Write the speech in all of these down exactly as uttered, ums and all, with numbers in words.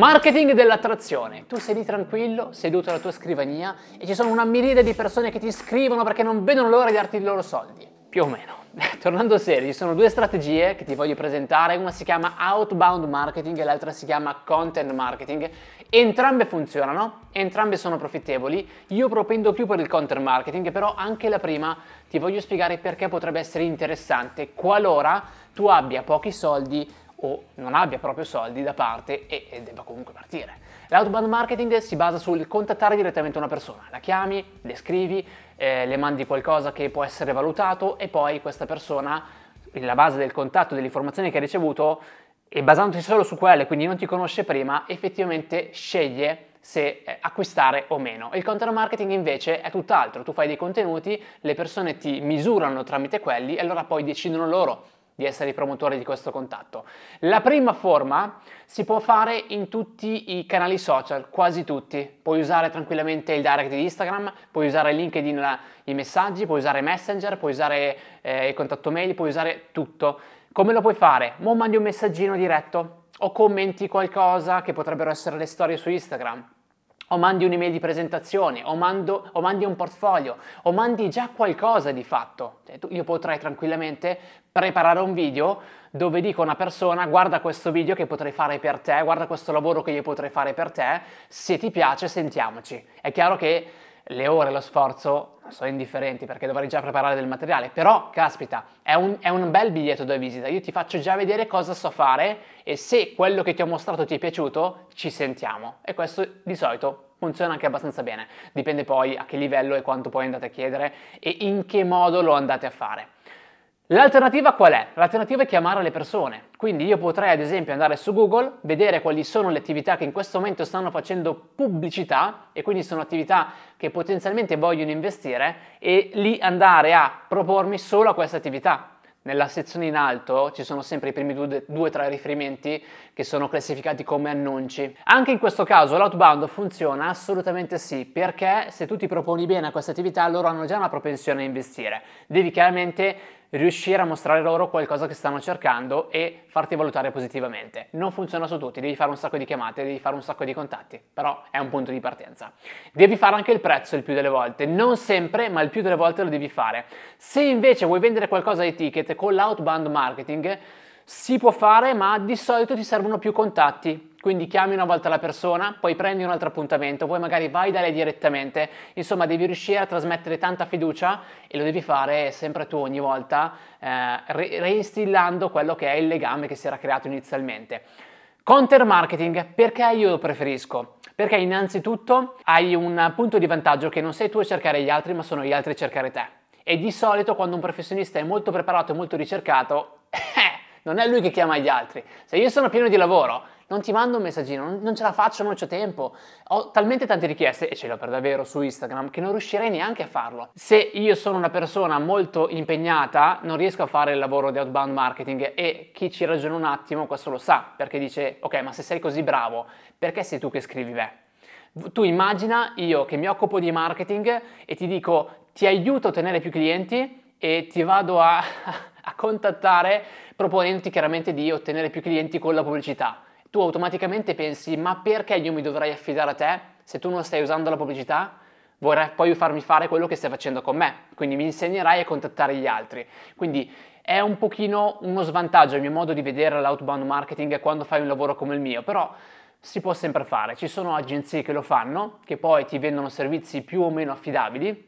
Marketing dell'attrazione. Tu sei lì tranquillo, seduto alla tua scrivania e ci sono una miriade di persone che ti scrivono perché non vedono l'ora di darti i loro soldi. Più o meno. Tornando serio, ci sono due strategie che ti voglio presentare. Una si chiama outbound marketing e l'altra si chiama content marketing. Entrambe funzionano, entrambe sono profittevoli. Io propendo più per il content marketing, però anche la prima ti voglio spiegare perché potrebbe essere interessante qualora tu abbia pochi soldi o non abbia proprio soldi da parte e, e debba comunque partire. L'outbound marketing si basa sul contattare direttamente una persona, la chiami, le scrivi, eh, le mandi qualcosa che può essere valutato e poi questa persona, la base del contatto, delle informazioni che ha ricevuto e basandoti solo su quelle, quindi non ti conosce prima, effettivamente sceglie se eh, acquistare o meno. Il content marketing invece è tutt'altro, tu fai dei contenuti, le persone ti misurano tramite quelli e allora poi decidono loro di essere i promotori di questo contatto. La prima forma si può fare in tutti i canali social, quasi tutti. Puoi usare tranquillamente il direct di Instagram, puoi usare LinkedIn, la, i messaggi, puoi usare Messenger, puoi usare eh, il contatto mail, puoi usare tutto. Come lo puoi fare? Mo mandi un messaggino diretto o commenti qualcosa che potrebbero essere le storie su Instagram. O mandi un'email di presentazione, o, mando, o mandi un portfolio, o mandi già qualcosa di fatto. Cioè, tu, io potrei tranquillamente preparare un video dove dico a una persona: guarda questo video che potrei fare per te, guarda questo lavoro che io potrei fare per te, se ti piace sentiamoci. È chiaro che le ore, lo sforzo sono indifferenti perché dovrei già preparare del materiale, però caspita, è un, è un bel biglietto da visita, io ti faccio già vedere cosa so fare e se quello che ti ho mostrato ti è piaciuto ci sentiamo, e questo di solito funziona anche abbastanza bene, dipende poi a che livello e quanto poi andate a chiedere e in che modo lo andate a fare. L'alternativa qual è? L'alternativa è chiamare le persone, quindi io potrei ad esempio andare su Google, vedere quali sono le attività che in questo momento stanno facendo pubblicità e quindi sono attività che potenzialmente vogliono investire e lì andare a propormi solo a queste attività. Nella sezione in alto ci sono sempre i primi due o tre riferimenti che sono classificati come annunci. Anche in questo caso l'outbound funziona assolutamente sì, perché se tu ti proponi bene a queste attività loro hanno già una propensione a investire. Devi chiaramente riuscire a mostrare loro qualcosa che stanno cercando e farti valutare positivamente. Non funziona su tutti, devi fare un sacco di chiamate, devi fare un sacco di contatti, però è un punto di partenza. Devi fare anche il prezzo il più delle volte, non sempre, ma il più delle volte lo devi fare. Se invece vuoi vendere qualcosa ai ticket con l'outbound marketing, si può fare, ma di solito ti servono più contatti. Quindi chiami una volta la persona, poi prendi un altro appuntamento, poi magari vai da lei direttamente. Insomma, devi riuscire a trasmettere tanta fiducia e lo devi fare sempre tu ogni volta, eh, re- reinstillando quello che è il legame che si era creato inizialmente. Content marketing, perché io lo preferisco? Perché innanzitutto hai un punto di vantaggio che non sei tu a cercare gli altri, ma sono gli altri a cercare te. E di solito quando un professionista è molto preparato e molto ricercato, non è lui che chiama gli altri. Se io sono pieno di lavoro, non ti mando un messaggino, non, non ce la faccio, non ho tempo. Ho talmente tante richieste, e ce le ho per davvero su Instagram, che non riuscirei neanche a farlo. Se io sono una persona molto impegnata, non riesco a fare il lavoro di outbound marketing, e chi ci ragiona un attimo questo lo sa, perché dice: ok, ma se sei così bravo, perché sei tu che scrivi me? Tu immagina io che mi occupo di marketing e ti dico: ti aiuto a ottenere più clienti e ti vado a, a contattare proponendoti chiaramente di ottenere più clienti con la pubblicità. Tu automaticamente pensi: ma perché io mi dovrei affidare a te se tu non stai usando la pubblicità? Vorrai poi farmi fare quello che stai facendo con me, quindi mi insegnerai a contattare gli altri. Quindi è un pochino uno svantaggio il mio modo di vedere l'outbound marketing quando fai un lavoro come il mio, però si può sempre fare. Ci sono agenzie che lo fanno, che poi ti vendono servizi più o meno affidabili.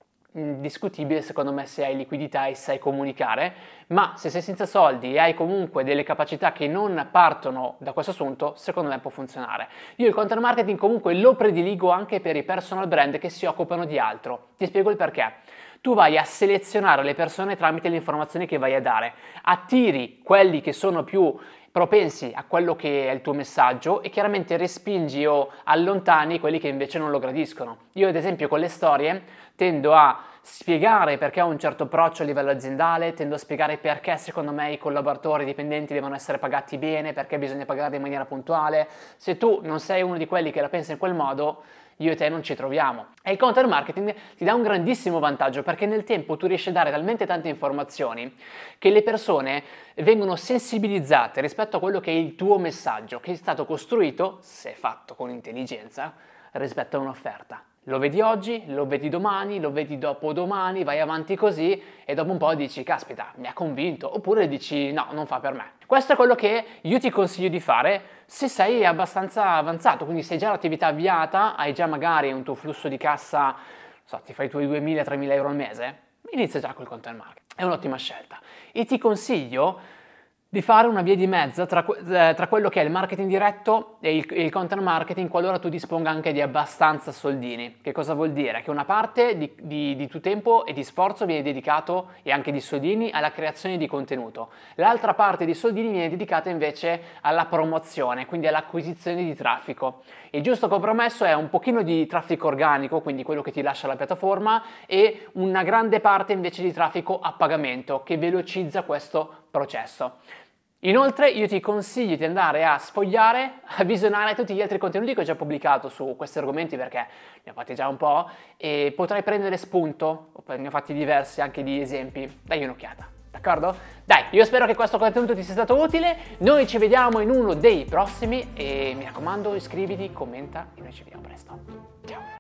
Discutibile secondo me se hai liquidità e sai comunicare, ma se sei senza soldi e hai comunque delle capacità che non partono da questo assunto, secondo me può funzionare. Io il content marketing comunque lo prediligo anche per i personal brand che si occupano di altro. Ti spiego il perché. Tu vai a selezionare le persone tramite le informazioni che vai a dare, attiri quelli che sono più propensi a quello che è il tuo messaggio e chiaramente respingi o allontani quelli che invece non lo gradiscono. Io ad esempio con le storie tendo a spiegare perché ho un certo approccio a livello aziendale, tendo a spiegare perché secondo me i collaboratori, i dipendenti devono essere pagati bene, perché bisogna pagarli in maniera puntuale. Se tu non sei uno di quelli che la pensa in quel modo, io e te non ci troviamo. E il content marketing ti dà un grandissimo vantaggio perché nel tempo tu riesci a dare talmente tante informazioni che le persone vengono sensibilizzate rispetto a quello che è il tuo messaggio, che è stato costruito, se fatto con intelligenza, rispetto a un'offerta. Lo vedi oggi, lo vedi domani, lo vedi dopodomani, vai avanti così e dopo un po' dici caspita, mi ha convinto, oppure dici no, non fa per me. Questo è quello che io ti consiglio di fare se sei abbastanza avanzato, quindi se hai già l'attività avviata, hai già magari un tuo flusso di cassa, non so, ti fai i tuoi duemila tremila euro al mese, inizia già col content marketing, è un'ottima scelta. E ti consiglio di fare una via di mezzo tra, eh, tra quello che è il marketing diretto e il, il content marketing qualora tu disponga anche di abbastanza soldini. Che cosa vuol dire? Che una parte di, di, di tuo tempo e di sforzo viene dedicato, e anche di soldini, alla creazione di contenuto. L'altra parte di soldini viene dedicata invece alla promozione, quindi all'acquisizione di traffico. Il giusto compromesso è un pochino di traffico organico, quindi quello che ti lascia la piattaforma, e una grande parte invece di traffico a pagamento che velocizza questo processo. Inoltre io ti consiglio di andare a sfogliare, a visionare tutti gli altri contenuti che ho già pubblicato su questi argomenti perché ne ho fatti già un po' e potrai prendere spunto, ne ho fatti diversi anche di esempi, dai un'occhiata, d'accordo? Dai, io spero che questo contenuto ti sia stato utile, noi ci vediamo in uno dei prossimi e mi raccomando iscriviti, commenta e noi ci vediamo presto. Ciao!